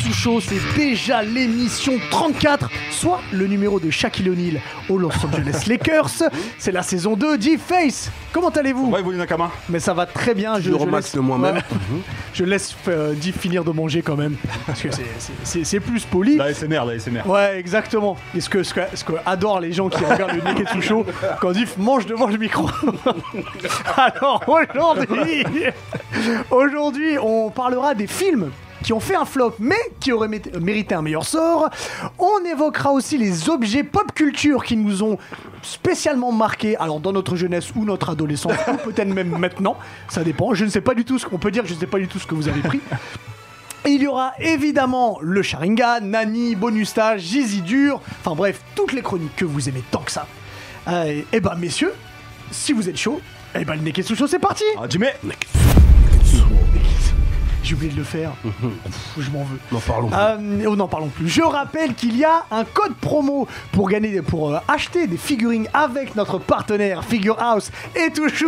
Neketsu Show, c'est déjà l'émission 34, soit le numéro de Shaquille O'Neal aux Los Angeles Lakers. C'est la saison 2 d'E-Face. Comment allez-vous? Ouais, vous Nakama. Mais ça va très bien. Je remarque de moi-même. Ouais. Je laisse Div finir de manger quand même, parce que c'est plus poli. L'ASMR. Ouais, exactement. Et ce que adorent les gens qui regardent le Neketsu Show quand Div mange devant le micro. Alors aujourd'hui, on parlera des films qui ont fait un flop mais qui auraient mérité un meilleur sort. On évoquera aussi les objets pop culture qui nous ont spécialement marqués, alors dans notre jeunesse ou notre adolescence, ou peut-être même maintenant, ça dépend. Je ne sais pas du tout ce qu'on peut dire, je ne sais pas du tout ce que vous avez pris. Il y aura évidemment le Sharingan, Nani, bonus stage, Gizy dur, enfin bref, toutes les chroniques que vous aimez tant que ça. Et ben messieurs, si vous êtes chaud, et ben le Neketsu Show c'est parti. Ah, Jimmy. J'ai oublié de le faire. Je m'en veux. N'en parlons plus. N'en parlons plus. Je rappelle qu'il y a un code promo pour acheter des figurines avec notre partenaire Figure House et toujours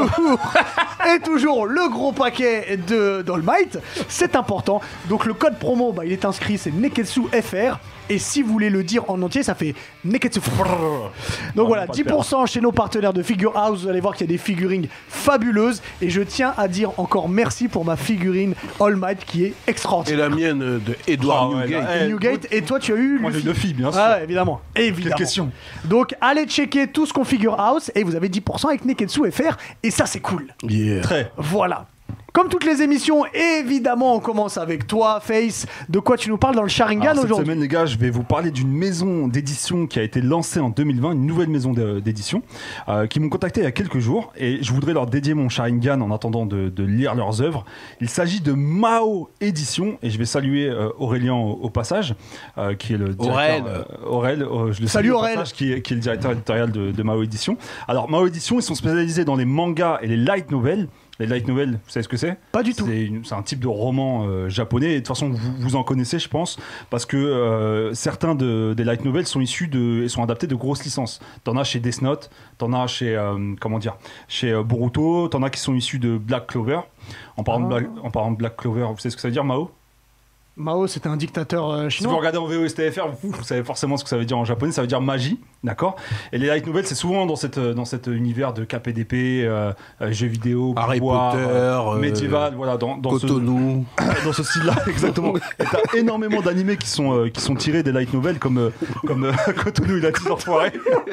le gros paquet de All Might. C'est important. Donc le code promo, il est inscrit, c'est Neketsu FR. Et si vous voulez le dire en entier, ça fait Neketsu. Donc voilà, 10% chez nos partenaires de Figure House. Vous allez voir qu'il y a des figurines fabuleuses. Et je tiens à dire encore merci pour ma figurine All Might qui est extraordinaire. Et la mienne de Edward Newgate. Newgate. Et toi, tu as eu Moi, j'ai deux filles, bien sûr. Ah, évidemment. Quelle question. Donc allez checker tout ce qu'on Figure House. Et vous avez 10% avec Neketsu FR. Et ça, c'est cool. Yeah. Très. Voilà. Comme toutes les émissions, évidemment, on commence avec toi, Face. De quoi tu nous parles dans le Sharingan Cette aujourd'hui? semaine, les gars, je vais vous parler d'une maison d'édition qui a été lancée en 2020, une nouvelle maison d'édition, qui m'ont contacté il y a quelques jours. Et je voudrais leur dédier mon Sharingan en attendant de lire leurs œuvres. Il s'agit de Mao Édition. Et je vais saluer Aurélien au passage, qui est le directeur. Aurel, je le salue Aurel. au passage, qui est le directeur éditorial de Mao Édition. Alors, Mao Édition, ils sont spécialisés dans les mangas et les light novels. Les light novels, vous savez ce que c'est? Pas du tout. C'est un type de roman japonais. Et de toute façon, vous en connaissez, je pense, parce que certains des light novels sont issus et sont adaptés de grosses licences. T'en as chez Death Note, t'en as chez Boruto, t'en as qui sont issus de Black Clover. En parlant de Black Clover, vous savez ce que ça veut dire, Mao? Mao, c'était un dictateur Si chinois. vous regardez en VOSTFR, vous savez forcément ce que ça veut dire en japonais, ça veut dire magie, d'accord? Et les light novels, c'est souvent dans cet univers de KPDP, jeux vidéo, Harry pouvoir, Potter, médiéval, voilà, dans Cotonou. dans ce style-là, exactement. Et t'as énormément d'animés qui sont tirés des light novels, comme Cotonou, il a dit enfoiré.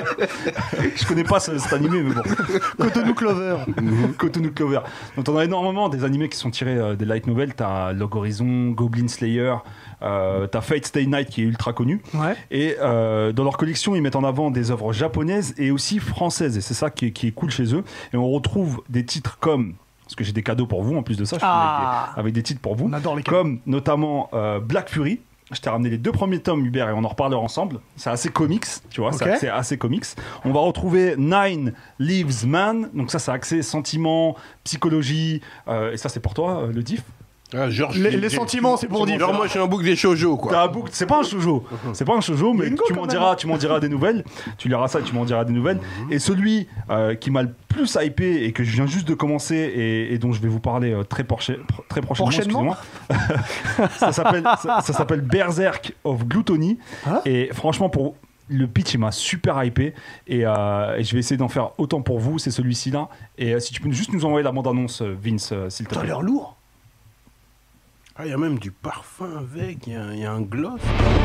Je connais pas cet animé, mais bon. Cotonou Clover. Cotonou Clover. Donc t'en as énormément des animés qui sont tirés des light novels. T'as Log Horizon, Goblin Slayer, t'as Fate Stay Night qui est ultra connu. Ouais. Et dans leur collection, ils mettent en avant des œuvres japonaises et aussi françaises. Et c'est ça qui est cool chez eux. Et on retrouve des titres comme... Parce que j'ai des cadeaux pour vous en plus de ça. Je suis avec des titres pour vous. On adore les cadeaux. Comme notamment Black Fury. Je t'ai ramené les 2 premiers tomes, Hubert, et on en reparlera ensemble. C'est assez comics, tu vois, Okay. c'est assez comics. On va retrouver Nine Lives Man. Donc ça, c'est axé sentiment, psychologie. Et ça, c'est pour toi, le diff. Ah, Georges, Les sentiments, c'est pour dire. Genre, moi, je suis un bouc des shoujo, quoi. T'as un book, c'est pas un shoujo, mais Bingo, tu m'en diras des nouvelles. Tu liras ça et tu m'en diras des nouvelles. Et celui qui m'a le plus hypé et que je viens juste de commencer et dont je vais vous parler très prochainement, excusez-moi. ça s'appelle Berserk of Gluttony. Hein? Et franchement, pour le pitch, il m'a super hypé et je vais essayer d'en faire autant pour vous. C'est celui-ci là. Et si tu peux juste nous envoyer la bande-annonce, Vince, s'il te T'as plaît. l'air lourd. Ah, il y a même du parfum avec, il y a un gloss.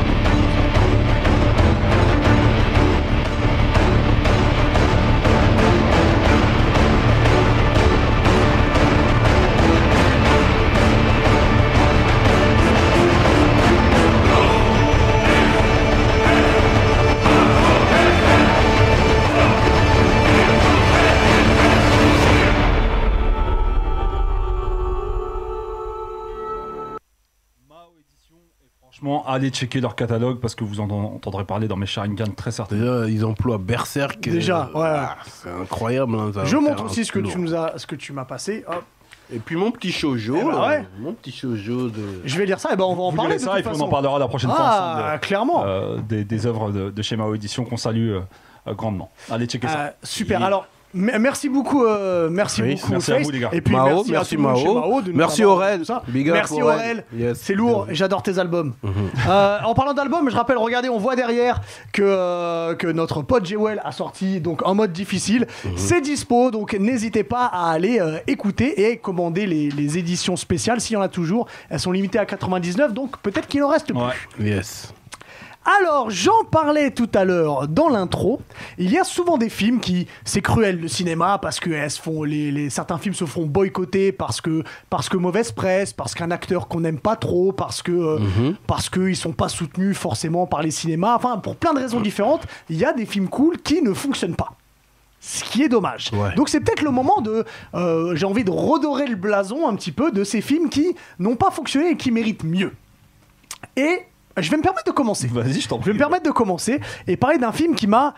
Franchement, allez checker leur catalogue parce que vous en entendrez parler dans mes Sharingan très certainement. Déjà, ils emploient Berserk. Déjà, ouais. C'est incroyable. Hein, ça Je va montre faire aussi un ce que lourd. tu m'as passé. Hop. Et puis mon petit shoujo. Eh bah ouais. Mon petit shoujo de. Je vais lire ça et ben on va en Vous parler lirez de ça et toute puis façon. on en parlera la prochaine fois ensemble. Clairement. Des œuvres de chez Mao Édition qu'on salue grandement. Allez checker ça. Super. Yeah. Alors, Merci beaucoup, merci Oui, beaucoup. merci à Face. vous, les gars. Et puis Mao, merci à merci tout le monde Mao. chez Mao de nous Merci avoir Aurel. tout ça. Big up Merci Aurel. Aurel. Yes. C'est lourd. J'adore tes albums. En parlant d'albums, je rappelle, regardez, on voit derrière que notre pote Jewel a sorti donc en mode difficile. C'est dispo, donc n'hésitez pas à aller écouter et commander les éditions spéciales s'il y en a toujours. Elles sont limitées à 99, donc peut-être qu'il en reste plus. Ouais. Yes. Alors, j'en parlais tout à l'heure dans l'intro. Il y a souvent des films qui, c'est cruel le cinéma parce que certains films se font boycotter parce que mauvaise presse, parce qu'un acteur qu'on n'aime pas trop, parce qu'ils sont pas soutenus forcément par les cinémas. Enfin, pour plein de raisons différentes, il y a des films cool qui ne fonctionnent pas. Ce qui est dommage. Ouais. Donc c'est peut-être le moment de, j'ai envie de redorer le blason un petit peu de ces films qui n'ont pas fonctionné et qui méritent mieux. Et je vais me permettre de commencer. Vas-y, je t'en Je vais prie. me permettre de commencer et parler d'un film qui m'a...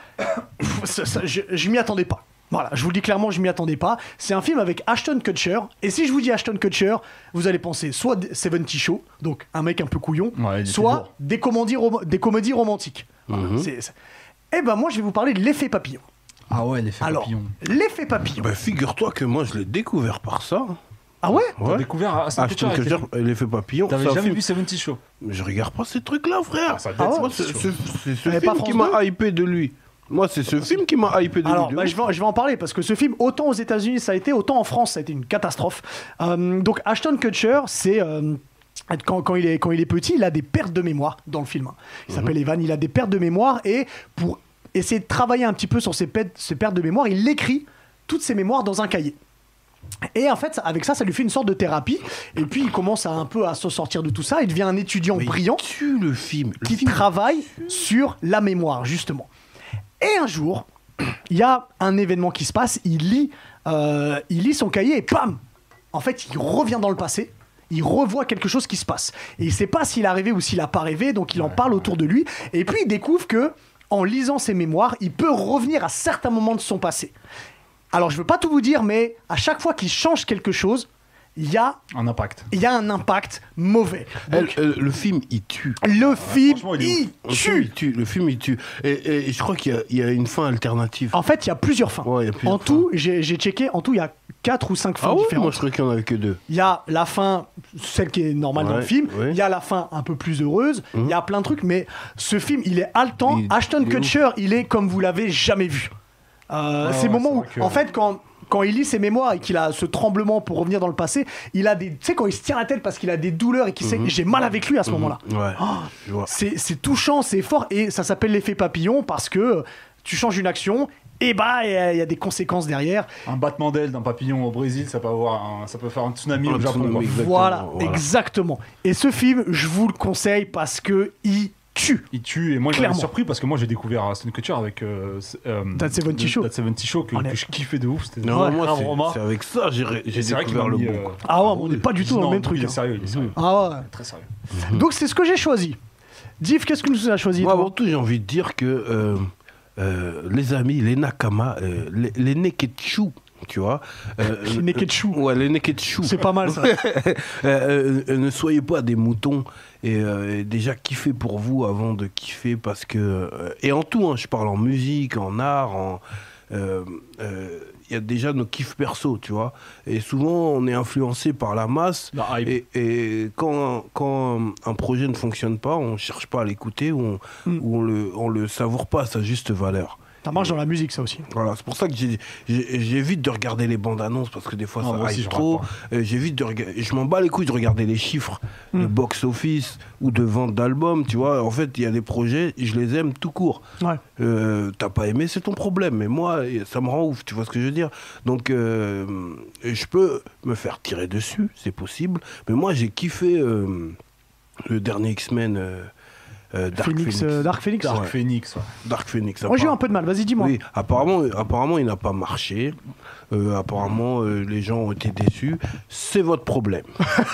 je m'y attendais pas. Voilà, je vous le dis clairement, je m'y attendais pas. C'est un film avec Ashton Kutcher. Et si je vous dis Ashton Kutcher, vous allez penser soit 70 Show, donc un mec un peu couillon, Ouais, il est soit toujours. des comédies romantiques. Voilà, Eh ben moi, je vais vous parler de L'Effet Papillon. Ah ouais, l'effet Alors, papillon. L'Effet Papillon. Bah, figure-toi que moi, je l'ai découvert par ça. Ah ouais? T'as découvert Ashton Ashton Kutcher Kutcher, avec l'effet papillon. T'avais c'est un jamais film- vu 70 Show? Mais je regarde pas ces trucs-là, frère. Ça Ah ouais, Moi, c'est c'est sûr. ce avait pas film qui France m'a hypé de lui. Moi, c'est ce film qui m'a hypé de lui. Alors, de bah, ouf. je vais en parler parce que ce film, autant aux États-Unis ça a été, autant en France ça a été une catastrophe. Donc, Ashton Kutcher, c'est quand il est petit, il a des pertes de mémoire dans le film. Il s'appelle Evan, il a des pertes de mémoire et pour essayer de travailler un petit peu sur ces pertes de mémoire, il écrit toutes ses mémoires dans un cahier. Et en fait, avec ça lui fait une sorte de thérapie. Et puis, il commence un peu à se sortir de tout ça. Il devient un étudiant Mais brillant il tue le film. Le qui film- travaille sur la mémoire, justement. Et un jour, il y a un événement qui se passe, il lit son cahier et pam! En fait, il revient dans le passé, il revoit quelque chose qui se passe. Et il ne sait pas s'il a rêvé ou s'il n'a pas rêvé, donc il en parle autour de lui. Et puis, il découvre que en lisant ses mémoires, il peut revenir à certains moments de son passé. Alors, je ne veux pas tout vous dire, mais à chaque fois qu'il change quelque chose, il y a Un impact. un impact mauvais. Donc, Le film, il tue. le film, franchement, il est il Le film, il tue. tue. Le film, il tue. Et je crois qu'il y a une fin alternative. En fait, il y a plusieurs fins. Ouais, il y a plusieurs En tout, j'ai checké, en tout, il y a 4 ou 5 fins Ah ouais, moi, différentes. je croyais qu'il n'y en avait que 2. Il y a la fin, celle qui est normale dans le Ouais, film. ouais. Il y a la fin un peu plus heureuse. Il y a plein de trucs, mais ce film, il est haletant. Il- Ashton il est Kutcher, il est comme vous l'avez jamais vu. C'est ouais, le moment c'est où, vrai que- en fait, quand il lit ses mémoires et qu'il a ce tremblement pour revenir dans le passé, il a des, tu sais, quand il se tient la tête parce qu'il a des douleurs et qu'il sait, j'ai mal avec lui à ce moment-là. Ouais. Oh, Je vois. c'est touchant, c'est fort et ça s'appelle l'effet papillon parce que tu changes une action et bah il y a des conséquences derrière. Un battement d'aile d'un papillon au Brésil, ça peut faire un tsunami Un au Japon. tsunami, quoi. exactement, Voilà, voilà. exactement. Et ce film, je vous le conseille parce que il tue. Il tue, et moi j'étais Clairement. surpris parce que moi j'ai découvert Ashton Kutcher avec That 70 Show. That 70 Show que je kiffais de ouf. C'était Non, Ouais, moi, un roman. c'est avec ça j'ai C'est vrai qu'il découvert m'a le mis, bon. Ah ouais, on n'est pas du tout dans non, le même truc. Il est hein. sérieux, il est sérieux. Ah ouais. Très sérieux. Donc c'est ce que j'ai choisi. Div, qu'est-ce que nous as choisi Moi, toi avant tout, j'ai envie de dire que les amis, les nakama, les neketsu, tu vois. Les neketsu. Ouais, les neketsu. C'est pas mal ça. Ne soyez pas des moutons et déjà kiffez pour vous avant de kiffer parce que et en tout, hein, je parle en musique, en art, il y a déjà nos kiffs perso, tu vois. Et souvent, on est influencé par la masse. La hype. Et quand un projet ne fonctionne pas, on cherche pas à l'écouter ou on le savoure pas à sa juste valeur. Ça marche dans la musique ça aussi. Voilà, c'est pour ça que j'évite de regarder les bandes annonces parce que des fois Non, moi ça aussi, hype je trop. regarde J'évite de regarder. Je m'en bats les couilles de regarder les chiffres de box office ou de vente d'albums. Tu vois, en fait, il y a des projets, je les aime tout court. Ouais. T'as pas aimé, c'est ton problème. Mais moi, ça me rend ouf. Tu vois ce que je veux dire? Donc, je peux me faire tirer dessus, c'est possible. Mais moi, j'ai kiffé le dernier X-Men. Dark Phoenix. Dark Phoenix. Dark Ouais. Phoenix. Ouais. Dark Phoenix. Moi j'ai eu un peu de mal, vas-y dis-moi. Oui, apparemment il n'a pas marché. Apparemment, les gens ont été déçus. C'est votre problème.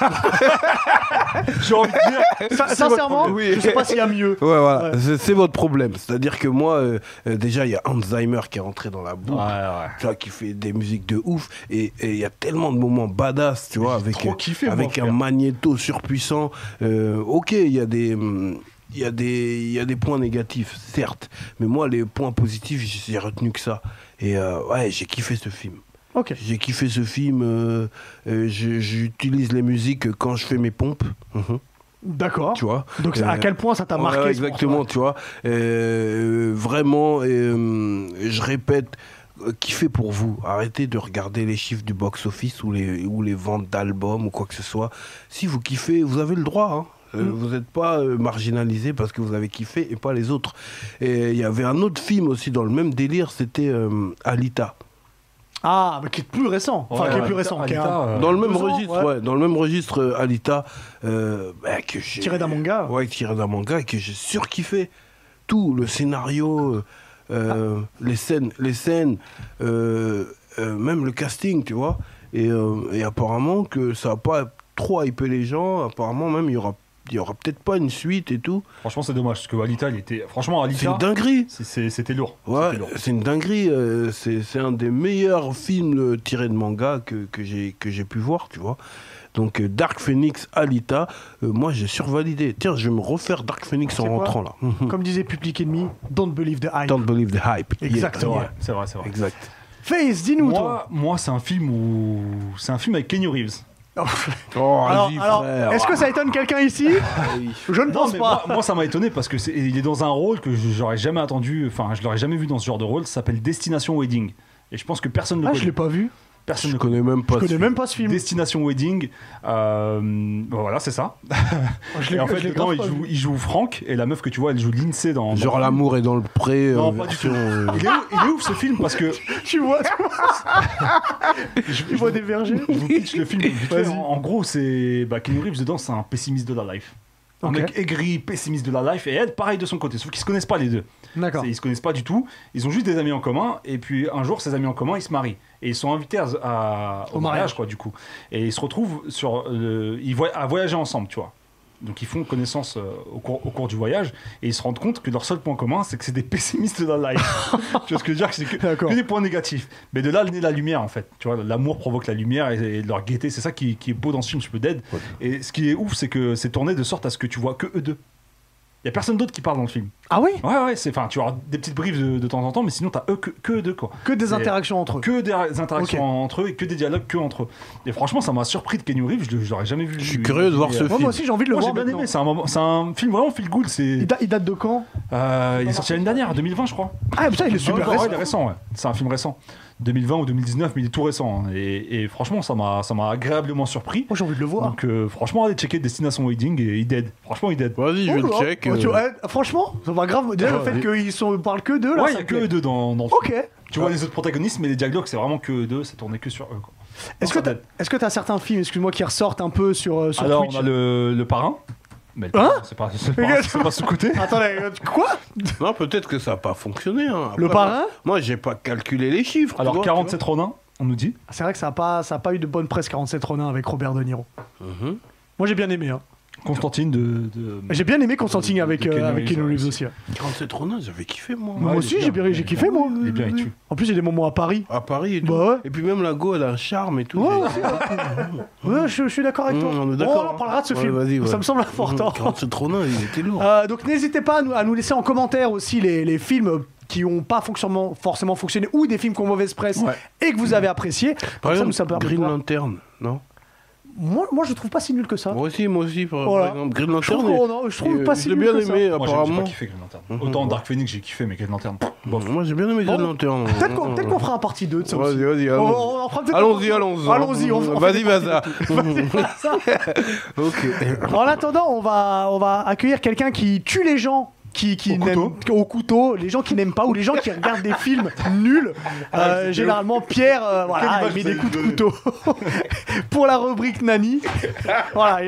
J'ai envie de dire. Sincèrement, Oui. je sais pas s'il y a mieux. Ouais, voilà. Ouais. C'est votre problème. C'est-à-dire que moi, déjà, il y a Alzheimer qui est rentré dans la boucle. Ouais. Tu vois, qui fait des musiques de ouf. Et il y a tellement de moments badass, tu vois, avec, trop kiffé, moi, avec un frère. magnéto surpuissant. Ok, il y a des. Il y a des points négatifs, certes, mais moi, les points positifs, j'ai retenu que ça. Et ouais, j'ai kiffé ce film. Ok. J'ai kiffé ce film. J'utilise les musiques quand je fais mes pompes. D'accord. Tu vois. Donc à quel point ça t'a marqué Ouais, ce exactement, tu vois. Vraiment, je répète, kiffez pour vous. Arrêtez de regarder les chiffres du box-office ou les ventes d'albums ou quoi que ce soit. Si vous kiffez, vous avez le droit. Hein. Vous n'êtes pas marginalisé parce que vous avez kiffé et pas les autres. Et il y avait un autre film aussi dans le même délire, c'était Alita. Ah, mais qui est plus récent. Enfin, qui est plus récent. Qui est dans le même 2 ans, registre, ouais. Dans le même registre, Alita, que j'ai tiré d'un manga. Ouais, tiré d'un manga et que j'ai surkiffé. Tout, le scénario, les scènes, même le casting, tu vois. Et apparemment que ça n'a pas trop hypé les gens. Apparemment même il y aura peut-être pas une suite et tout. Franchement, c'est dommage parce que Alita, franchement, Alita, c'est une dinguerie. C'était lourd. Ouais, C'était lourd. c'est une dinguerie. C'est un des meilleurs films tirés de manga que j'ai pu voir, tu vois. Donc Dark Phoenix, Alita, moi j'ai survalidé. Tiens, je vais me refaire Dark Phoenix C'est en quoi rentrant là. Comme disait Public Enemy, don't believe the hype. Don't believe the hype. Exactement. Yeah. C'est vrai. Exact. Face, dis-nous toi. Moi, c'est un film avec Keanu Reeves. Oh, Alors, vas-y, alors, frère. est-ce que ça étonne quelqu'un ici? Je ne pense mais pas. moi, ça m'a étonné parce que il est dans un rôle que j'aurais jamais attendu. Enfin, je l'aurais jamais vu dans ce genre de rôle. Ça s'appelle Destination Wedding. Et je pense que personne ne le Ah, connaît. je l'ai pas vu. Personne Je ne connaît. connais même pas. Je connais même pas ce film. Destination Wedding, voilà, c'est ça. Je Et en fait, je l'ai dedans, grave pas vu. il joue Franck et la meuf que tu vois, elle joue Lindsay dans. Genre l'amour est dans le pré. Non, pas du version, tout. Il est ouf ce film parce que Tu vois tu vois des vergers. je vous pitch le film. vite fait. Vas-y. En gros, c'est Keanu Reeves dedans, c'est un pessimiste de la life. Un Ok. mec aigri, pessimiste de la life, et elle, pareil de son côté. Sauf qu'ils se connaissent pas les deux. D'accord. Ils se connaissent pas du tout. Ils ont juste des amis en commun. Et puis un jour, ces amis en commun, ils se marient. Et ils sont invités au mariage, quoi, du coup. Et ils se retrouvent à voyager ensemble, tu vois. Donc ils font connaissance au cours du voyage. Et ils se rendent compte que leur seul point commun, c'est que c'est des pessimistes de la life. Tu vois ce que je veux dire? C'est que des points négatifs. Mais de là, naît la lumière, en fait. Tu vois, l'amour provoque la lumière et leur gaieté. C'est ça qui est beau dans ce film, je peux d'aide. Ouais. Et ce qui est ouf, c'est que c'est tourné de sorte à ce que tu vois que eux deux. Il y a personne d'autre qui parle dans le film. Ah oui? Ouais, tu auras des petites briefs de temps en temps, mais sinon t'as que eux deux, quoi. Que des C'est- interactions entre eux. Que des interactions entre eux et que des dialogues que entre eux. Et franchement, ça m'a surpris de Keanu Reeves, je l'aurais jamais vu. Je suis curieux de voir ce Moi film. aussi, j'ai envie de le Moi, voir j'ai bien maintenant. aimé, c'est un film vraiment feel good. Il date de quand? Il est sorti l'année dernière, 2020, je crois. Ah putain, il est super Ouais, récent. il est récent, ouais. C'est un film récent. 2020 ou 2019, mais il est tout récent. Hein. Et franchement, ça m'a agréablement surpris. Moi, j'ai envie de le voir. Donc, franchement, allez checker Destination Wedding et il dead. Franchement, il dead. Vas-y, je vais le Oh, check. oh, tu vois, franchement, ça va grave. Déjà, le fait qu'ils parlent que d'eux, là. Ouais, il ça y a me que plaît. eux deux dans le film. Ok. Tu vois les autres protagonistes, mais les dialogues, c'est vraiment que eux deux, c'est tourné que sur eux. Quoi. Est-ce que t'as certains films, excuse-moi, qui ressortent un peu sur Alors, Twitch? on a le parrain. Mais le Hein parrain, c'est pas sous-côté. Attendez, quoi? Non, peut-être que ça n'a pas fonctionné. Hein. Le Après, parrain? Moi, j'ai pas calculé les chiffres. tu Alors, vois, 47 Ronin, on nous dit. C'est vrai que ça a pas eu de bonne presse 47 Ronin avec Robert De Niro. tu vois. Moi j'ai bien aimé. Hein. Constantine de... J'ai bien aimé Constantine avec Keanu Keanu Reeves, Reeves aussi. Ouais. 47 Ronin, j'avais kiffé, moi. Moi il aussi est bien, j'ai kiffé moi. Il est bien, il tue. En plus il y a des moments à Paris. À Paris et tout. Bah ouais. Et puis même la go, elle a un charme et tout. Ouais, J'ai- Ouais, je suis d'accord avec toi. On est d'accord, On en parlera de ce ouais, film. vas-y, ouais. Ça me semble important. 47 Ronin, il était lourd. Donc n'hésitez pas à nous laisser en commentaire aussi les films qui n'ont pas forcément fonctionné ou des films qui ont mauvaise presse Ouais. et que vous avez apprécié. Par Comme exemple, ça permet de Green voir. Lantern, non? Moi je trouve pas si nul que ça. Moi aussi, par Voilà. exemple. Green Je trouve, Lantern. je trouve pas si je l'ai nul bien que ça. aimé, Moi, j'ai apparemment. pas kiffé Green Lantern. Autant Dark Phoenix, j'ai kiffé, mais Green Lantern, bof. Moi, j'ai bien aimé Green Bon. Lantern. Peut-être qu'on fera un partie 2 de ça aussi. Vas-y, On en fera peut-être un allons-y. Allons-y, on fait Vas-y, des vas-y. Ok. En attendant, on va accueillir quelqu'un qui tue les gens qui n'aiment au couteau, les gens qui n'aiment pas ou les gens qui regardent des films nuls. Généralement, Pierre, voilà, il met des coups de couteau pour la rubrique Nani. Voilà,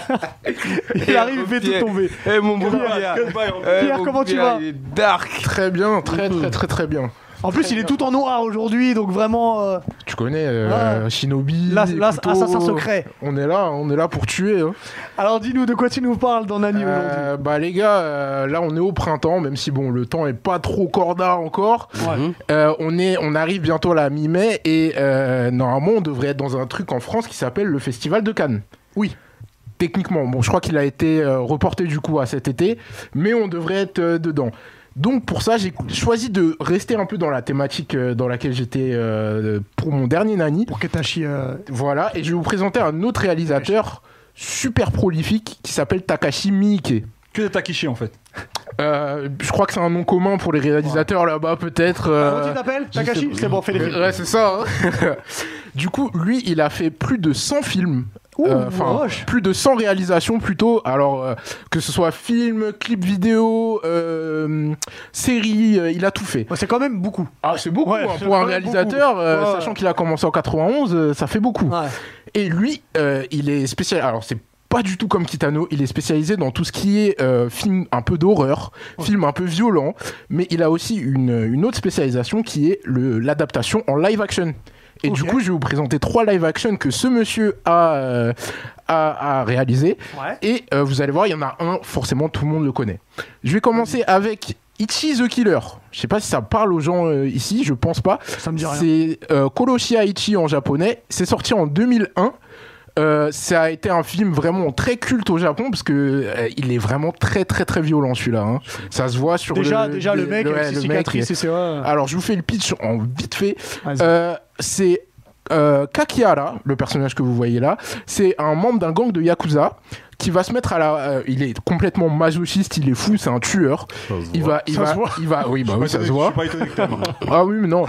il arrive, il fait tout tomber. Eh, mon bon Pierre, Pierre. Pierre, mon comment tu Pierre, vas? Il est dark. Très bien, très bien. En plus, il est tout en noir aujourd'hui, donc vraiment, Tu connais Shinobi, là, couteau, assassin secret. On est là pour tuer. Hein. Alors, dis-nous de quoi tu nous parles dans Nani aujourd'hui. Bah les gars, là on est au printemps, même si bon le temps est pas trop corda encore. On arrive bientôt à la mi-mai et normalement on devrait être dans un truc en France qui s'appelle le Festival de Cannes. Oui. Techniquement, bon je crois qu'il a été reporté du coup à cet été, mais on devrait être dedans. Donc pour ça, j'ai choisi de rester un peu dans la thématique dans laquelle j'étais pour mon dernier Nani. Pour Katashi. Voilà, et je vais vous présenter un autre réalisateur super prolifique qui s'appelle Takashi Miike. Que de Takishi en fait. Je crois que c'est un nom commun pour les réalisateurs là-bas, peut-être. Comment tu t'appelles Takashi C'est bon, fais les films. Ouais, c'est ça. Hein. Du coup, lui, il a fait plus de 100 films. Plus de 100 réalisations plutôt. Alors, que ce soit film, clip vidéo, série, il a tout fait. Ouais, c'est quand même beaucoup. Ah, c'est beaucoup Ouais, hein, c'est pour un quand même réalisateur, beaucoup. sachant qu'il a commencé en 91, ça fait beaucoup. Ouais. Et lui, il est spécial. Alors, c'est pas du tout comme Kitano, il est spécialisé dans tout ce qui est film un peu d'horreur, film un peu violent, mais il a aussi une autre spécialisation qui est l'adaptation en live action. Et du coup, je vais vous présenter 3 live action que ce monsieur a réalisé. Ouais. Et vous allez voir, il y en a un, forcément, tout le monde le connaît. Je vais commencer avec Ichi the Killer. Je sais pas si ça parle aux gens ici, je pense pas. Ça me dit rien. C'est Koroshia Ichi en japonais. C'est sorti en 2001. Ça a été un film vraiment très culte au Japon parce que il est vraiment très très très violent celui-là. Hein. Ça se voit sur déjà le mec, ouais, ses le cicatrices, mec, c'est vrai. Alors je vous fais le pitch en vite fait. Vas-y. C'est Kakihara, le personnage que vous voyez là. C'est un membre d'un gang de Yakuza qui va se mettre à la... il est complètement masochiste, il est fou, c'est un tueur. Il va, oui, bah oui, ça se voit. Je suis pas étonné que t'aimes. Ah oui, mais non.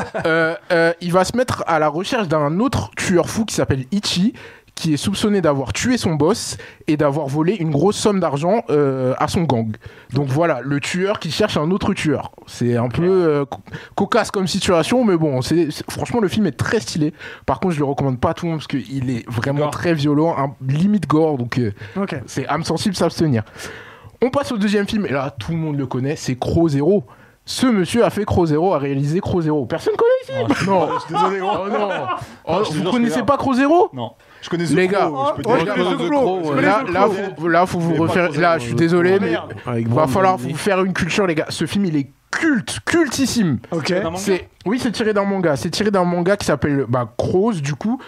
Il va se mettre à la recherche d'un autre tueur fou qui s'appelle Ichi, qui est soupçonné d'avoir tué son boss et d'avoir volé une grosse somme d'argent à son gang. Donc voilà, le tueur qui cherche un autre tueur. C'est un peu cocasse comme situation, mais bon, franchement, le film est très stylé. Par contre, je le recommande pas à tout le monde parce qu'il est vraiment très violent, limite gore, donc c'est âme sensible, s'abstenir. On passe au deuxième film, et là, tout le monde le connaît, c'est Crow Zero. Ce monsieur a fait Crow Zero, a réalisé Crow Zero. Personne connaît ici Non. Je suis désolé, gros. Oh non. Je te Vous jure, connaissez je pas Crow Zero? Non. Je connais The Les Crow, gars, je peux te dire. je connais The Crow. Là, faut vous refaire. Là, je suis désolé, mais Avec va falloir Brandon vous faire une culture, les gars. Ce film, il est cultissime. Ok. Oui, c'est tiré d'un manga. C'est tiré d'un manga qui s'appelle Crows, du coup.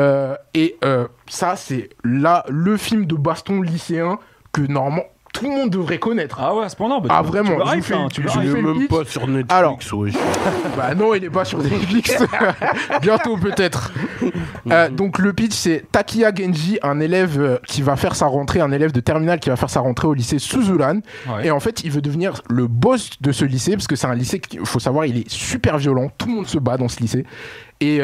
Ça, c'est là le film de baston lycéen que normalement tout le monde devrait connaître. Ah ouais, à ce point-là. Ah vraiment, je vous fais Il est même pas sur Netflix. Alors, ouais. bah non, il est pas sur Netflix. Bientôt peut-être. Donc le pitch, c'est Takiya Genji, un élève qui va faire sa rentrée, un élève de terminale qui va faire sa rentrée au lycée Suzuran. Ouais. Et en fait, il veut devenir le boss de ce lycée parce que c'est un lycée, il faut savoir, il est super violent. Tout le monde se bat dans ce lycée. Et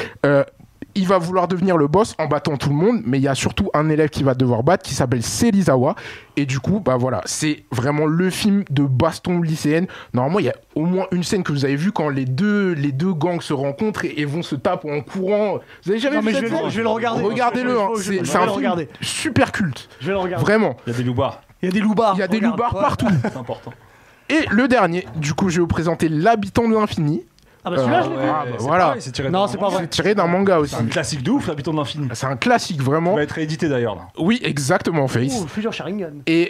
il va vouloir devenir le boss en battant tout le monde, mais il y a surtout un élève qui va devoir battre qui s'appelle Serizawa. Et du coup, bah voilà, c'est vraiment le film de baston lycéenne. Normalement, il y a au moins une scène que vous avez vue quand les deux gangs se rencontrent et vont se taper en courant. Vous avez jamais vu cette scène ? Je vais le regarder. Regardez-le, hein. Je vais C'est un le film regarder. super culte. Je vais le regarder. Vraiment. Il y a des loupards. Il y a des loupards. Il y a des loupards partout. C'est important. Et le dernier, du coup, je vais vous présenter L'Habitant de l'Infini. Ah bah celui-là, je l'ai vu. Ah, bah voilà. Pareil, c'est tiré Non, d'un c'est manga. pas vrai. C'est tiré d'un manga aussi. C'est un classique de ouf, l'habitant de l'infini. C'est un classique, Il vraiment. va être réédité d'ailleurs là. Oui, exactement, Face. Ouh, futur Sharingan. Et,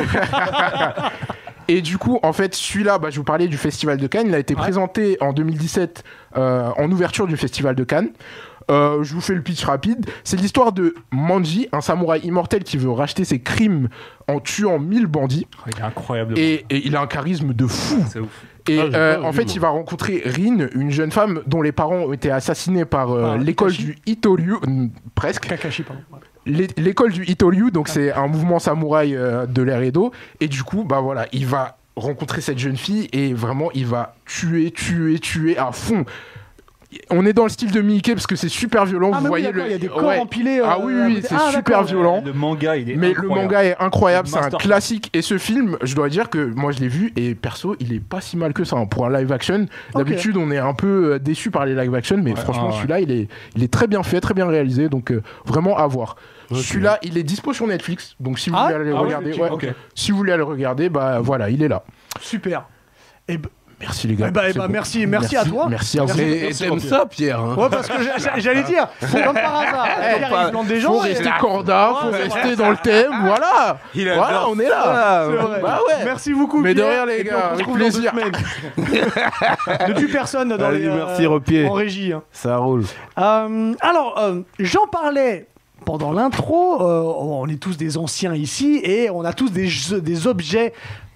et du coup, en fait, celui-là, je vous parlais du Festival de Cannes. Il a été présenté en 2017 en ouverture du Festival de Cannes. Je vous fais le pitch rapide. C'est l'histoire de Manji, un samouraï immortel qui veut racheter ses crimes en tuant 1000 bandits. Il est incroyable. Et il a un charisme de fou. C'est ouf. Et j'ai pas en vu, fait, moi. il va rencontrer Rin, une jeune femme dont les parents ont été assassinés par l'école Kakashi. du Itoryu, presque. Kakashi, pardon. Ouais. L'école du Itoryu, donc c'est un mouvement samouraï de l'ère Edo. Et du coup, bah voilà, il va rencontrer cette jeune fille et vraiment, il va tuer à fond. On est dans le style de Miike parce que c'est super violent. Ah, vous mais voyez oui, d'accord, il y a des corps empilés. Ah oui, c'est super violent. Le manga, il est Mais incroyable. le manga est incroyable, c'est un Masterclass. classique. Et ce film, je dois dire que moi je l'ai vu et perso, il est pas si mal que ça hein, pour un live action. D'habitude, on est un peu déçu par les live action, mais franchement, celui-là, il est très bien fait, très bien réalisé, donc vraiment à voir. Okay. Celui-là, il est dispo sur Netflix, donc si vous voulez aller le regarder, si vous voulez aller le regarder, bah voilà, il est là. Super. Et Merci les gars. Eh ben, merci à toi. Merci à vous. Et t'aimes ça, Pierre hein? Ouais, parce que j'allais dire, comme par hasard, Pierre, il plante des gens. Faut rester corda, faut rester dans le thème, voilà. Voilà, on est là. C'est vrai. Bah ouais. Merci beaucoup. Mais de Pierre. rien, les Et puis, gars, on se avec retrouve dans 2 plaisir. semaines. Ne tue personne dans Allez, les. merci, Repier. En régie. Hein. Ça roule. J'en parlais pendant l'intro. On est tous des anciens ici et on a tous des objets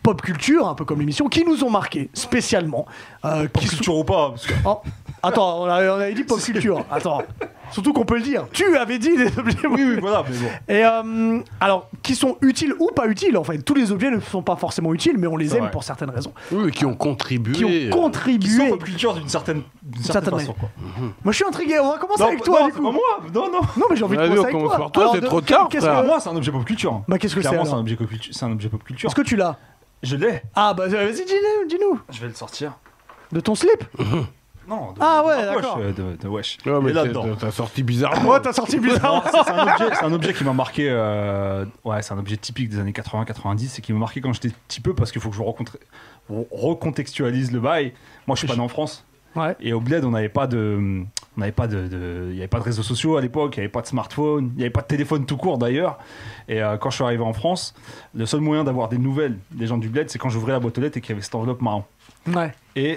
pop culture, un peu comme l'émission, qui nous ont marqué spécialement. Pop culture ou pas parce que... Oh, attends, on avait dit pop culture. Attends, surtout qu'on peut le dire. Tu avais dit des objets. Oui, voilà, mais bon. Et alors, qui sont utiles ou pas utiles, en fait. Tous les objets ne sont pas forcément utiles, mais on les C'est aime vrai. pour certaines raisons. Oui, qui ont contribué. Qui ont Qui sont contribué. pop culture d'une certaine façon, quoi. Moi, je suis intrigué. On va commencer Non, avec toi, non, du c'est coup. pas moi. Non. Non, mais j'ai envie de Allez, commencer on avec commence toi. par toi, Alors, c'est trop tard, qu'est-ce frère. que- Moi, c'est un objet pop culture. Bah, qu'est-ce que c'est, Clairement, c'est alors un objet pop culture. Est-ce que tu l'as? Je l'ai. Ah, bah, vas-y, dis-nous. Je vais le sortir. De ton slip? Non. Ah ouais, de d'accord. de Wesh. Ouais, mais Et là-dedans. t'as sorti bizarrement. Ouais, t'as sorti bizarre. Non, c'est un objet qui m'a marqué. Ouais, c'est un objet typique des années 80-90 et qui m'a marqué quand j'étais petit peu parce qu'il faut que je recontextualise le bail. Moi, je suis pas né en France. Ouais. Et au bled, il n'y avait pas de réseaux sociaux à l'époque, il n'y avait pas de smartphone, il n'y avait pas de téléphone tout court d'ailleurs. Et quand je suis arrivé en France, le seul moyen d'avoir des nouvelles des gens du bled, c'est quand j'ouvrais la boîte aux lettres et qu'il y avait cette enveloppe marron. Ouais. Et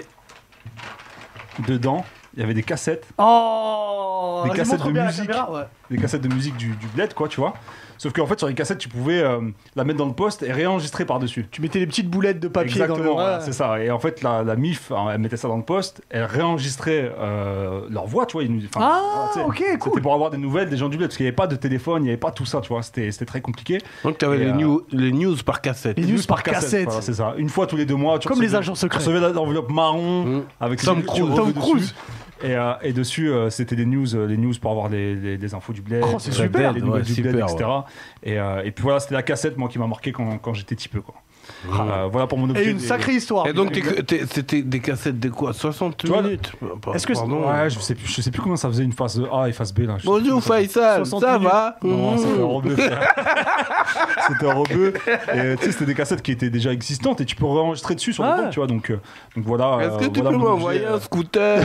dedans, il y avait des cassettes. Oh, Des vas-y, cassettes montre de bien la musique. caméra, ouais. Des cassettes de musique du bled, quoi, tu vois. Sauf qu'en fait, sur les cassettes, tu pouvais la mettre dans le poste et réenregistrer par-dessus. Tu mettais des petites boulettes de papier Exactement, dans le... voilà, c'est ça. Et en fait, la MIF, hein, elle mettait ça dans le poste, elle réenregistrait leur voix, tu vois. Ah, ok, cool. C'était pour avoir des nouvelles des gens du bled, parce qu'il n'y avait pas de téléphone, il n'y avait pas tout ça, tu vois. C'était très compliqué. Donc t'avais Et, les news par cassette. Les news par cassette. Voilà, c'est ça. Une fois tous les 2 mois, tu Comme les recevais- agents secrets. Tu recevais l'enveloppe marron avec Tom les Cruise. tu Tom recevais Cruise. dessus. Et dessus, c'était les news pour avoir les infos du bled, Oh, c'est super. les nouvelles Ouais, du bled, super, etc. Et puis voilà, c'était la cassette, moi, qui m'a marqué quand j'étais petit peu, quoi. Voilà pour mon objet. Et une sacrée histoire. Et donc c'était des cassettes de quoi? 60 vois, minutes. est-ce que c'est- Pardon. Ouais, je sais plus combien ça faisait une phase A et phase B, là. Je sais Bonjour plus. Faisal, 60 ça minutes. va? Non, c'était un rebeu, frère. C'était un rebeu. Et tu sais, c'était des cassettes qui étaient déjà existantes et tu peux réenregistrer dessus sur le Ouais. banc, tu vois. Donc voilà. Est-ce que tu voilà peux mon m'envoyer objet, un scooter?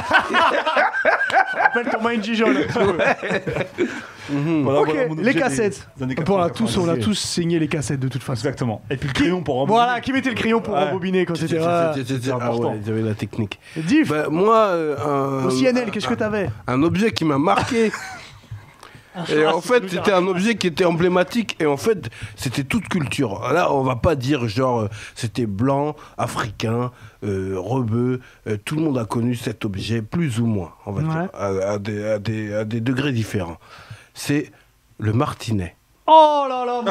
Appelle ton Mind Gijol. voilà, Ok, voilà mon les objet cassettes. des années On a 80. tous saigné les cassettes de toute façon. Exactement. Et puis le crayon pour rembobiner. Voilà, qui mettait le crayon pour Ouais. rembobiner quand c'était... Ah important. ouais, j'avais la technique. Diff, Bah, moi, au CNL, qu'est-ce que t'avais? un objet qui m'a marqué. Et en fait, c'était un objet qui était emblématique. Et en fait, c'était toute culture. Là, on va pas dire genre, c'était blanc, africain, rebeu. Tout le monde a connu cet objet, plus ou moins, on va dire, à des degrés différents. C'est le martinet. Oh là là.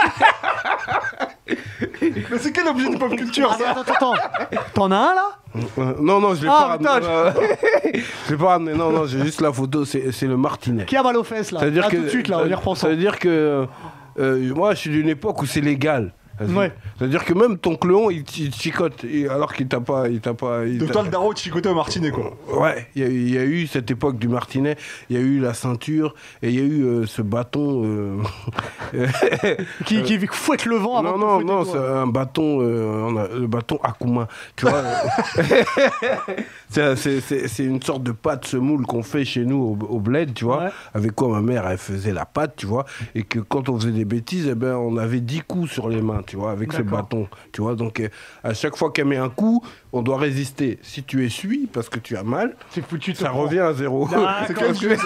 Mais c'est quel objet de pop culture, ça? Attends. T'en as un là? Non, je l'ai Ah, pas putain, ramené. Je l'ai pas ramené. Non, j'ai juste la photo. C'est le martinet. Qui a mal aux fesses là? Ça veut dire Ah, que tout de suite là, on y reprend ça veut dire que moi, je suis d'une époque où c'est légal. Ouais. C'est-à-dire que même ton cléon, il chicote, alors qu'il t'a pas... Donc toi, le daron, tu chicotais au martinet, quoi. Ouais, il y a eu cette époque du martinet, il y a eu la ceinture, et il y a eu ce bâton... Qui fouette le vent avant non, de non, fouetter c'est toi. un bâton, le bâton Akuma, tu vois. c'est une sorte de pâte semoule qu'on fait chez nous au bled, tu vois, Ouais. avec quoi ma mère, elle faisait la pâte, tu vois, et que quand on faisait des bêtises, eh ben, on avait 10 coups sur les mains, tu vois, avec ce D'accord. bâton, tu vois. Donc, à chaque fois qu'elle met un coup, on doit résister. Si tu essuies, parce que tu as mal, C'est foutu de ça revient à zéro. C'est quel jeu,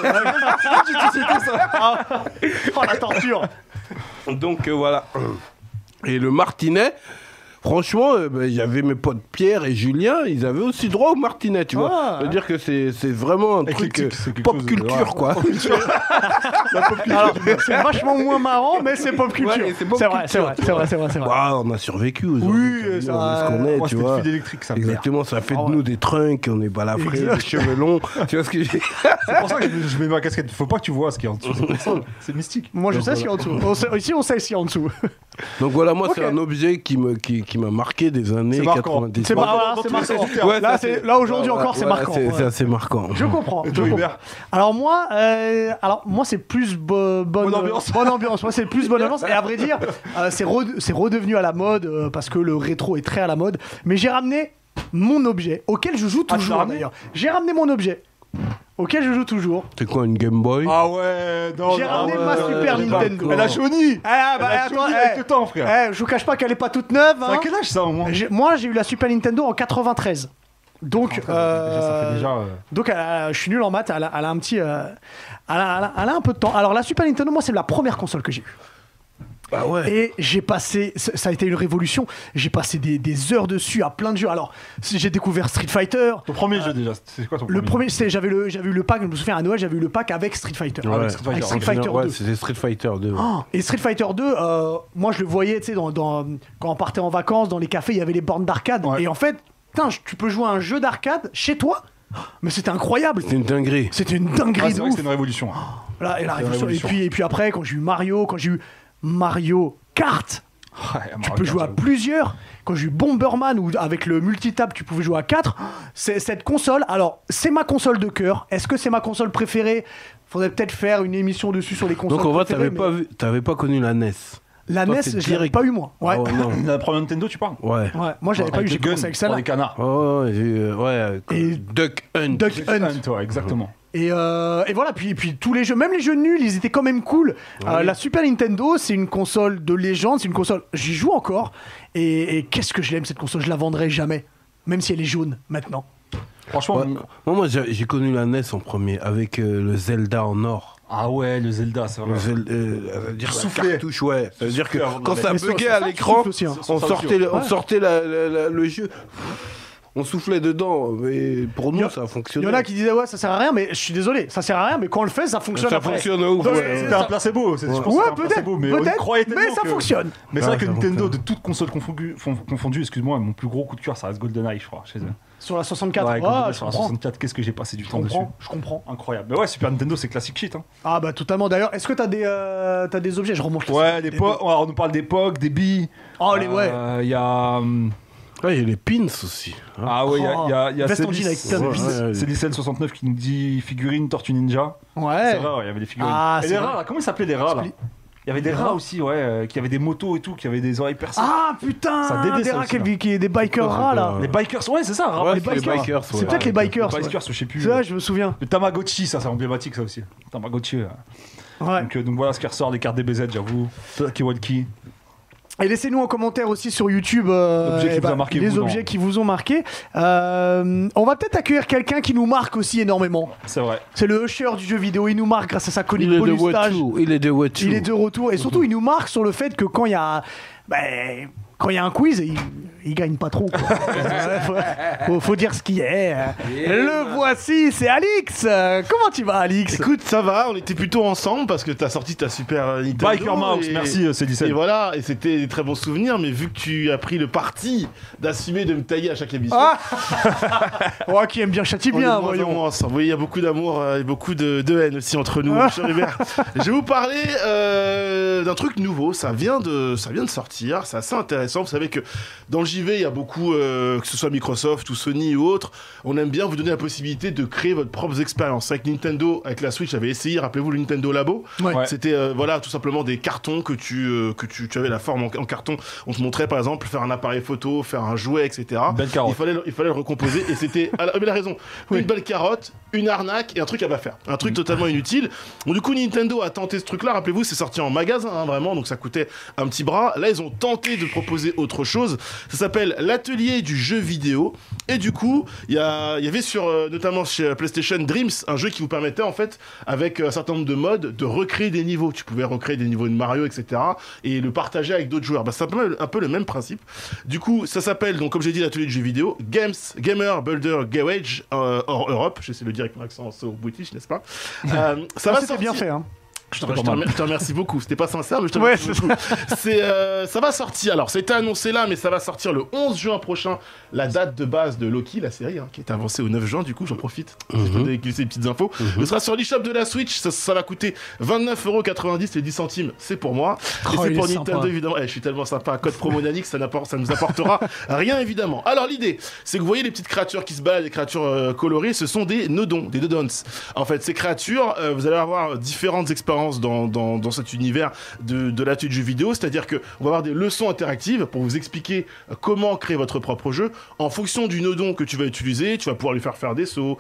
Oh la torture. Donc voilà. Et le martinet, franchement, il y avait mes potes Pierre et Julien, ils avaient aussi droit au martinet, tu vois. Ah, C'est-à-dire que c'est vraiment un truc Éclectique, c'est quelque pop chose de- culture, ouais. quoi. Alors, c'est vachement moins marrant, mais c'est pop culture. Ouais, et c'est pop c'est vrai, culture, c'est vrai. Waouh, on a survécu aujourd'hui. Oui, t'as vu, ça on est ce va. qu'on est, Moi, tu c'était le vois. fil électrique, ça me perd. Exactement, ça fait Ah de ouais. nous des trunks, on est balafrés, des cheveux longs. Tu vois ce que je dis? C'est pour ça que je mets ma casquette. Faut pas que tu vois ce qu'il y a en dessous. C'est pour ça. C'est mystique. Moi, je Donc, sais ce qu'il y a en dessous. Ici, on sait ce qu'il y a en dessous. Donc voilà, moi, Ok. c'est un objet qui m'a marqué des années C'est marquant. 90. C'est marrant, dans c'est tous les marquant. sens du terme. Ouais, Là, ça, c'est- là, aujourd'hui encore, c'est marquant. C'est Ouais. assez marquant. Je comprends. Et je toi, comprends. Hubert? Alors moi, c'est plus bonne ambiance. Bonne ambiance. Moi, c'est plus bonne ambiance. Et à vrai dire, c'est redevenu à la mode parce que le rétro est très à la mode. Mais j'ai ramené mon objet auquel je joue tu l'as toujours ramené d'ailleurs. J'ai ramené mon objet auquel je joue toujours. C'est quoi, une Game Boy? Ah ouais, non. J'ai non, ramené ouais, ma ouais, Super ouais, Nintendo. Elle a jauni. Ah bah Elle a attends, jauni avec le temps, frère. je vous cache pas qu'elle est pas toute neuve. C'est à Hein. quel âge ça au moins? Moi, j'ai eu la Super Nintendo en 93. Donc, Déjà, ça fait déjà. Donc je suis nul en maths, elle a un petit... elle a un peu de temps. Alors la Super Nintendo, moi c'est la première console que j'ai eue. Ah ouais. Et j'ai passé, ça a été une révolution, j'ai passé des heures dessus à plein de jeux. Alors, j'ai découvert Street Fighter. Ton premier jeu déjà, c'est quoi ton Le premier premier, j'avais eu le pack, je me souviens à Noël, j'avais eu le pack avec Street Fighter. Ouais. Avec Street Fighter. Avec Street En Fighter général, 2. ouais, c'était Street Fighter 2. Oh, et Street Fighter 2, moi je le voyais, tu sais, quand on partait en vacances, dans les cafés, il y avait les bornes d'arcade. Ouais. Et en fait, putain, tu peux jouer à un jeu d'arcade chez toi. Mais c'était incroyable. C'était une dinguerie. C'était une Ah, dinguerie c'est de vrai que ouf. c'est une révolution. Là, et la C'est une révolution. révolution. Et puis après, quand j'ai eu Mario Kart, tu peux jouer à plusieurs. Quand j'ai eu Bomberman ou avec le multitap, tu pouvais jouer à 4. Cette console, alors c'est ma console de cœur. Est-ce que c'est ma console préférée? Faudrait peut-être faire une émission dessus sur les consoles. Donc en vrai, préférées, mais t'avais pas connu la NES. la toi, NES, c'est je l'avais direct. pas eu moi. Ouais. Ah ouais, non. La première Nintendo, tu parles Ouais. Ouais, moi j'avais pas eu, Avec j'ai les guns commencé avec pour celle-là. les canards. Ouais, Et Duck Hunt. Duck Hunt. Ouais, exactement. Et voilà, puis tous les jeux, même les jeux nuls, ils étaient quand même cool. Ouais. La Super Nintendo, c'est une console de légende, c'est une console, j'y joue encore. Et qu'est-ce que je l'aime cette console, je la vendrai jamais. Même si elle est jaune maintenant. Franchement, Ouais. Moi, j'ai connu la NES en premier avec le Zelda en or. ah ouais, le Zelda, c'est vrai. Ça veut dire la Souffler. cartouche, ouais. Ça veut dire que Souffler, quand ça Mais ça- buguait ça à qui l'écran, souffle aussi, hein. on Ça sortait, aussi, on sortait le jeu. On soufflait dedans, mais pour Il y nous, a- ça a Il fonctionné. y en a qui disaient ouais, ça sert à rien, mais je suis désolé, ça sert à rien, mais quand on le fait, ça fonctionne. Ça après. fonctionne ouf. Ouais, ouais. C'était un placebo, je pense que Ouais, c'était un peut-être, placebo, mais on y croyait tellement mais ça que- fonctionne. Mais c'est vrai Ouais, que ça Nintendo, fonctionne. de toutes consoles confondues, excuse-moi, mon plus gros coup de cœur, ça reste GoldenEye, je crois, chez eux. Sur la 64, Ouais, ouais, GoldenEye je sur la comprends. 64, qu'est-ce que j'ai passé du Je temps dessus. comprends, je comprends. Incroyable. Mais ouais, Super Nintendo, c'est classique shit. Hein. Ah bah totalement. D'ailleurs, est-ce que t'as des objets? Je remonte. Ouais, on nous parle d'époque, des billes. Oh les ouais. Il y a. Ouais, il y a les pins aussi. Ah ouais, il y a Veste en jean avec plein de Ouais, vis. ouais. Célicel 69 qui nous dit figurine Tortue Ninja. Ouais. C'est rare, il y avait des figurines. Ah, et c'est des vrai. rats, là, comment ils s'appelaient les rats là? Il y avait des rats aussi, ouais, qui avaient des motos et tout, qui avaient des oreilles percées. Ah putain, Ça dédé, des ça rats aussi, là. des bikers rats là. Les bikers, ouais, c'est ça, rats, Ouais, les c'est les bikers. bikers. C'est peut-être les bikers. Les ouais. bikers, je sais plus. C'est vrai, je me souviens. Le Tamagotchi, ça, c'est emblématique ça aussi. Tamagotchi. Ouais. Donc voilà ce qui ressort, les cartes DBZ, j'avoue. Talkie Walkie. Et laissez-nous en commentaire aussi sur YouTube L'objet qui vous a marqué, les vous, objets non. qui vous ont marqué. On va peut-être accueillir quelqu'un qui nous marque aussi énormément. C'est vrai. C'est le usher du jeu vidéo. Il nous marque grâce à sa chronique Il est de bonus stage. Watu. Il est de Watu. Il est de retour. Et surtout, il nous marque sur le fait que quand il y a... quand il y a un quiz, il gagne pas trop. Quoi. faut dire ce qui est. Le voici, c'est Alix. Comment tu vas, Alix? Écoute, ça va, on était plutôt ensemble parce que t'as sorti ta super Nintendo. Biker Mouse, et- merci Et Célicel. voilà, et c'était des très bons souvenirs, mais vu que tu as pris le parti d'assumer de me tailler à chaque émission, Ah oh, qui aime bien châtie on est de bien, moins en voyons. moins ensemble. Oui, il y a beaucoup d'amour et beaucoup de haine aussi entre nous, cher Hubert. Je vais vous parler d'un truc nouveau, ça vient de sortir, c'est assez intéressant. Vous savez que dans le JV, il y a beaucoup, que ce soit Microsoft ou Sony ou autres, on aime bien vous donner la possibilité de créer votre propre expérience. Avec Nintendo, avec la Switch, j'avais essayé, rappelez-vous le Nintendo Labo. Ouais. Ouais. C'était voilà tout simplement des cartons que tu avais la forme en carton. On te montrait par exemple faire un appareil photo, faire un jouet, etc. Belle carotte. Il fallait le recomposer et c'était. Ah, mais il a raison. Une belle carotte, une arnaque et un truc à pas faire. Un truc totalement inutile. Donc du coup Nintendo a tenté ce truc-là. Rappelez-vous, c'est sorti en magasin hein, vraiment, donc ça coûtait un petit bras. Là ils ont tenté de proposer autre chose. Ça s'appelle l'atelier du jeu vidéo. Et du coup il y avait sur notamment chez PlayStation Dreams un jeu qui vous permettait en fait avec un certain nombre de modes de recréer des niveaux. Tu pouvais recréer des niveaux de Mario, etc. et le partager avec d'autres joueurs. Bah, c'est un peu le même principe. Du coup, ça s'appelle, donc comme j'ai dit, l'atelier de jeux vidéo, Gamer Builder Garage hors Europe. J'essaie de le dire avec mon accent au British, n'est-ce pas Ça va C'était sortir. bien fait, hein. Je te remercie beaucoup. C'était pas sincère, mais je te Ouais, remercie beaucoup. Ça va sortir. Alors, c'était annoncé là, mais ça va sortir le 11 juin prochain. La date de base de Loki, la série, hein, qui est avancée au 9 juin. Du coup, j'en profite. Je peux glisser des petites infos. Ce sera sur l'eShop de la Switch. Ça va coûter 29,90€ et 10 centimes. C'est pour moi. Oh, Et c'est il pour est Nintendo, sympa. évidemment. Je suis tellement sympa. Code promo Nanix, ça nous apportera rien, évidemment. Alors, l'idée, c'est que vous voyez les petites créatures qui se baladent, les créatures colorées, ce sont des nodons, des dodons. En fait, ces créatures, vous allez avoir différentes expériences dans cet univers de l'atelier de jeu vidéo, c'est-à-dire que on va avoir des leçons interactives pour vous expliquer comment créer votre propre jeu. En fonction du nodon que tu vas utiliser, tu vas pouvoir lui faire des sauts,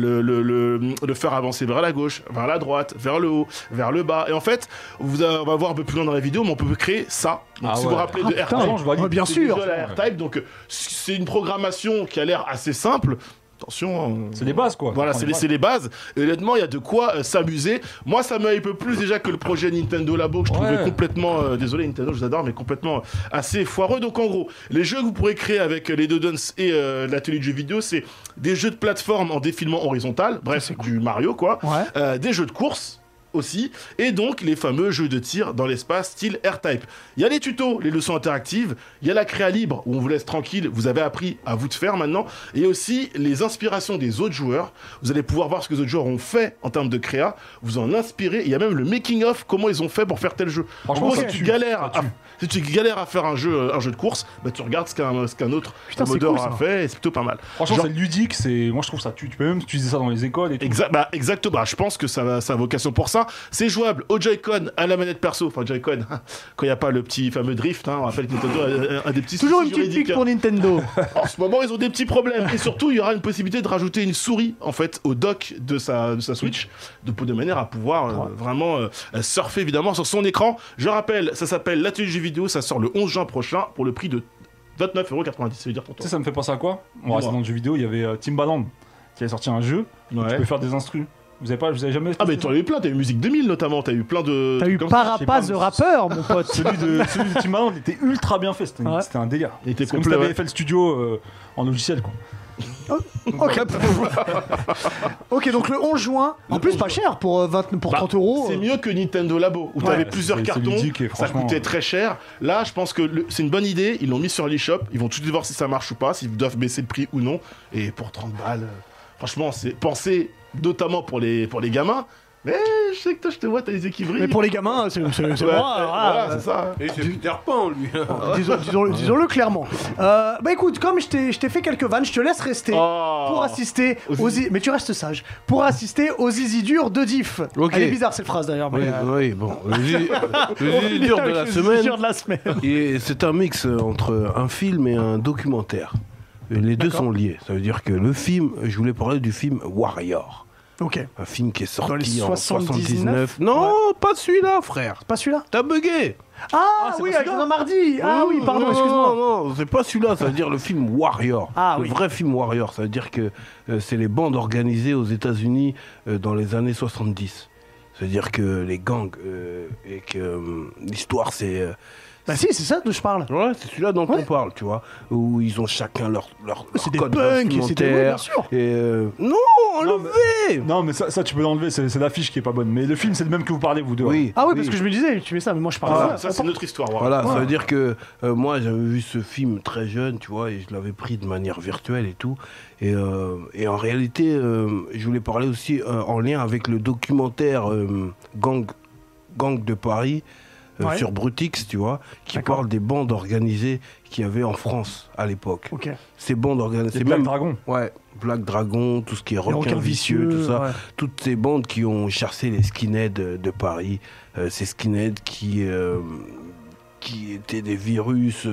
le faire avancer vers la gauche, vers la droite, vers le haut, vers le bas. Et en fait, on va voir un peu plus loin dans la vidéo, mais on peut créer ça. Donc, Ah si ouais. vous vous rappelez Ah, de putain, R-Type, je valide. ouais, bien c'est sûr. des jeux à la R-Type, donc c'est une programmation qui a l'air assez simple. attention. Hein. C'est les bases, quoi. Voilà, c'est les bases. Et honnêtement, il y a de quoi s'amuser. Moi, ça me hype plus déjà que le projet Nintendo Labo, que je trouvais complètement, désolé Nintendo, je vous adore, mais complètement assez foireux. Donc en gros, les jeux que vous pourrez créer avec les Dodons et l'atelier de jeux vidéo, c'est des jeux de plateforme en défilement horizontal, bref, du Mario, quoi. Ouais. Des jeux de course aussi, et donc les fameux jeux de tir dans l'espace style R-Type. Il y a les tutos, les leçons interactives, il y a la créa libre où on vous laisse tranquille, vous avez appris à vous de faire maintenant, et aussi les inspirations des autres joueurs. Vous allez pouvoir voir ce que les autres joueurs ont fait en termes de créa, vous en inspirer, il y a même le making of, comment ils ont fait pour faire tel jeu. Franchement, En gros, si tu galères à faire un jeu de course, bah, tu regardes ce qu'un autre modeur a fait, et c'est plutôt pas mal. Franchement, c'est ludique, moi je trouve ça tu peux même utiliser ça dans les écoles et tout. Exactement, je pense que ça a vocation pour ça. C'est jouable au Joy-Con, à la manette perso, enfin Joy-Con, quand il n'y a pas le petit fameux drift, on rappelle que Nintendo a des petits Toujours soucis une petite juridiques. pique pour Nintendo. En ce moment, ils ont des petits problèmes. Et surtout, il y aura une possibilité de rajouter une souris, en fait, au dock de sa Switch, de manière à pouvoir vraiment surfer, évidemment, sur son écran. Je rappelle, ça s'appelle l'atelier de jeux vidéo, ça sort le 11 juin prochain, pour le prix de 29,90€, ça veut dire pour toi. Tu sais, ça me fait penser à quoi? On reste dans le jeu vidéo, il y avait Timbaland qui avait sorti un jeu, tu peux faire des instrus. Vous avez jamais Ah mais t'en as eu plein, t'as eu Musique 2000 notamment, t'as eu plein de... T'as eu Parappa the Rapper, mon pote. Celui de Timbaland, il était ultra bien fait, c'était un délire. Il était comme si t'avais fait le studio en logiciel, quoi. Ok. Ok, donc le 11 juin, en plus pas cher pour 30 €. C'est mieux que Nintendo Labo, où t'avais plusieurs c'est cartons, ludique et ça coûtait très cher. Là, je pense que c'est une bonne idée, ils l'ont mis sur l'eShop, ils vont tout de suite voir si ça marche ou pas, s'ils doivent baisser le prix ou non. Et pour 30 balles, franchement, c'est pensé notamment pour les gamins. Mais je sais que toi, je te vois, t'as les équivries. Mais pour les gamins, c'est moi. Voilà, c'est ça. Et c'est Peter Pan, lui. Disons-le clairement. Bah écoute, comme je t'ai fait quelques vannes, je te laisse rester pour assister aux... Mais tu restes sage. Pour assister aux zizi durs de Diff. Ok. Elle est bizarre cette phrase d'ailleurs. Mais Oui, bon. Le zizi dur de la semaine. semaine. Et c'est un mix entre un film et un documentaire. Les deux sont liés. Ça veut dire que le film, je voulais parler du film Warrior. Ok. Un film qui est sorti Dans les en 79. Non, pas celui-là, frère. Pas celui-là. T'as bugué. Ah oui, avec un mardi. Ah oui, pardon, excuse-moi. Non, c'est pas celui-là. Ça veut dire le film Warrior. Ah le vrai film Warrior. Ça veut dire que c'est les bandes organisées aux États-Unis dans les années 70. Ça veut dire que les gangs et que l'histoire c'est... Bah si, c'est ça dont je parle. Ouais, c'est celui-là dont on parle, tu vois. Où ils ont chacun leur C'est des code punks, c'était bien vestimentaire. sûr. Et non, enlevez. Non, mais ça tu peux l'enlever, c'est l'affiche qui est pas bonne. Mais le film, c'est le même que vous parlez, vous deux. Oui. Ah oui, parce que je me disais, tu mets ça, mais moi je parle Ça, c'est notre histoire. Voilà, ça veut dire que moi j'avais vu ce film très jeune, tu vois, et je l'avais pris de manière virtuelle et tout. Et en réalité, je voulais parler aussi en lien avec le documentaire Gang de Paris. Sur Brutix, tu vois, qui parle des bandes organisées qu'il y avait en France à l'époque. Ok. Ces bandes organisées. C'est Black Dragon. Ouais, Black Dragon, tout ce qui est requin vicieux, tout ça. ouais. Toutes ces bandes qui ont chassé les skinheads de Paris. Ces skinheads qui étaient des virus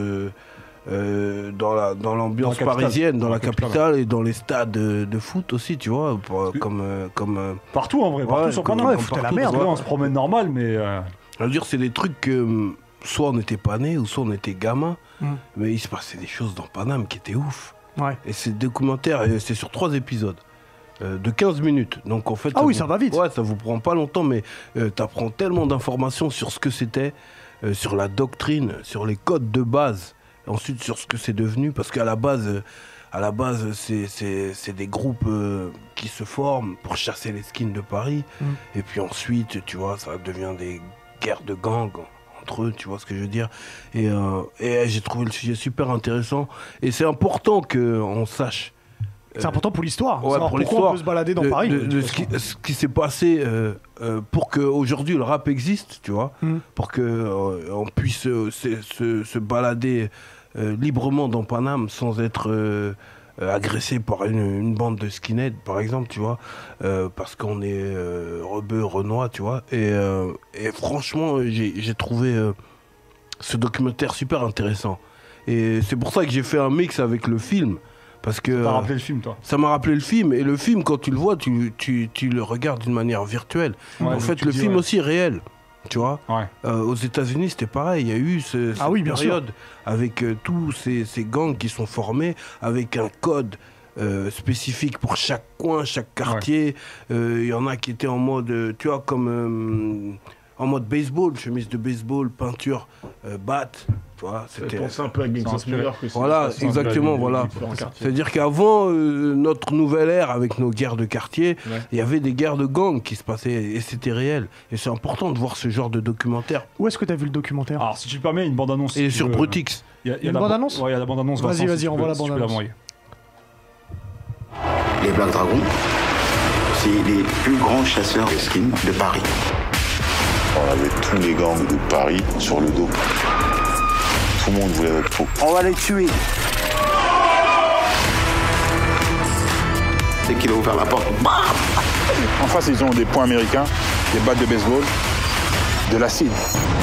dans l'ambiance parisienne, dans la capitale et dans les stades de foot aussi, tu vois, comme Partout en vrai, partout sur Paname. Ouais, foutait la merde. On se promène normal, mais. Ça veut dire c'est des trucs que soit on n'était pas né ou soit on était gamin, mais il se passait des choses dans Paname qui étaient ouf. Ouais. Et c'est documentaire, c'est sur 3 épisodes de 15 minutes. Donc en fait, ça va vite. Ouais, ça vous prend pas longtemps, mais t'apprends tellement d'informations sur ce que c'était, sur la doctrine, sur les codes de base, ensuite sur ce que c'est devenu, parce qu'à la base, c'est des groupes qui se forment pour chasser les skins de Paris, et puis ensuite, tu vois, ça devient des guerres de gangs entre eux, tu vois ce que je veux dire. Et j'ai trouvé le sujet super intéressant, et c'est important qu'on sache. C'est important pour l'histoire. Ouais, pour pour pourquoi l'histoire on peut se balader dans Paris. Ce qui s'est passé pour qu'aujourd'hui le rap existe, tu vois, pour qu'on puisse se balader librement dans Paname sans être agressé par une bande de skinheads, par exemple, tu vois, parce qu'on est rebeu, renois, tu vois. Et franchement, j'ai trouvé ce documentaire super intéressant. Et c'est pour ça que j'ai fait un mix avec le film. Parce que ça t'a rappelé le film, toi. Ça m'a rappelé le film. Et le film, quand tu le vois, tu le regardes d'une manière virtuelle. Ouais, en fait, le film aussi est réel. Tu vois, aux États-Unis, c'était pareil. Il y a eu cette période avec tous ces gangs qui sont formés, avec un code spécifiques pour chaque coin, chaque quartier. Il y en a qui étaient en mode, tu vois, comme en mode baseball, chemise de baseball, peinture, batte. Tu vois, c'était... pensé un peu à Gangsta's New York aussi. Voilà, exactement, voilà. C'est-à-dire qu'avant notre nouvelle ère, avec nos guerres de quartier, il y avait des guerres de gangs qui se passaient et c'était réel. Et c'est important de voir ce genre de documentaire. Où est-ce que t'as vu le documentaire? Alors, si tu le permets, une bande-annonce. Et sur Brutix. Il y a une bande-annonce? Ouais, il y a la bande-annonce. Vas-y, Vincent, si on tu voit peux- la si tu peux bande-annonce. l'envoyer. Les Black Dragons, c'est les plus grands chasseurs de skins de Paris. On avait tous les gangs de Paris sur le dos. Tout le monde voulait notre peau. On va les tuer. Dès qu'il a ouvert la porte, bam! En face, ils ont des points américains, des battes de baseball, de l'acide.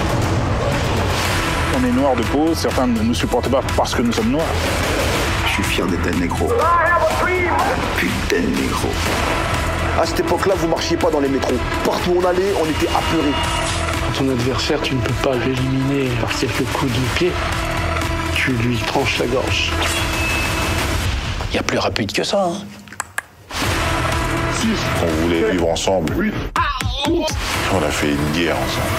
On est noirs de peau, certains ne nous supportent pas parce que nous sommes noirs. Je suis fier d'être un négro. Putain de négro. À cette époque-là, vous marchiez pas dans les métros. Partout où on allait, on était apeurés. Quand ton adversaire, tu ne peux pas l'éliminer par quelques coups de pied. Tu lui tranches la gorge. Il y a plus rapide que ça. On voulait vivre ensemble. On a fait une guerre ensemble.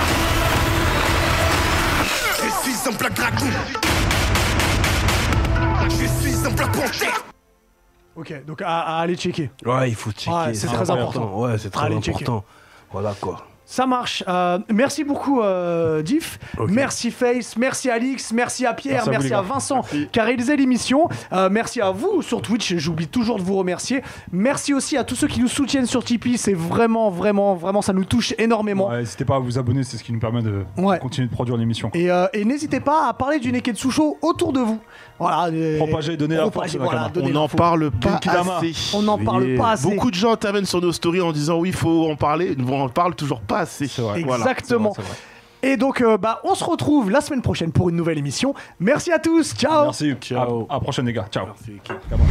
Je suis un Black Dragon. Je suis un Black Panther. Ok, donc à aller checker. Ouais, il faut checker. Ouais, c'est très important. Ouais, c'est très Allez, important. checker. Voilà quoi. Ça marche. Merci beaucoup, Diff. Ok. Merci Face. Merci Alix. Merci à Pierre. Merci à vous, Merci les à gars. Vincent qui a réalisé l'émission. Merci à vous sur Twitch. J'oublie toujours de vous remercier. Merci aussi à tous ceux qui nous soutiennent sur Tipeee. C'est vraiment, ça nous touche énormément. Ouais, n'hésitez pas à vous abonner, c'est ce qui nous permet de Ouais. continuer de produire l'émission. Et n'hésitez pas à parler du Neketsu Show autour de vous. Voilà. Propager, donner la Propager, force, voilà, Nakama. donner On n'en l'info. parle pas Genkidama. assez. On n'en parle pas assez. Beaucoup de gens interviennent sur nos stories en disant oui, il faut en parler. On en parle toujours pas assez. C'est vrai. Voilà. Exactement. C'est vrai. Et donc, on se retrouve la semaine prochaine pour une nouvelle émission. Merci à tous. Ciao. Merci. Ciao. À la prochaine, les gars. Ciao. Merci, ok.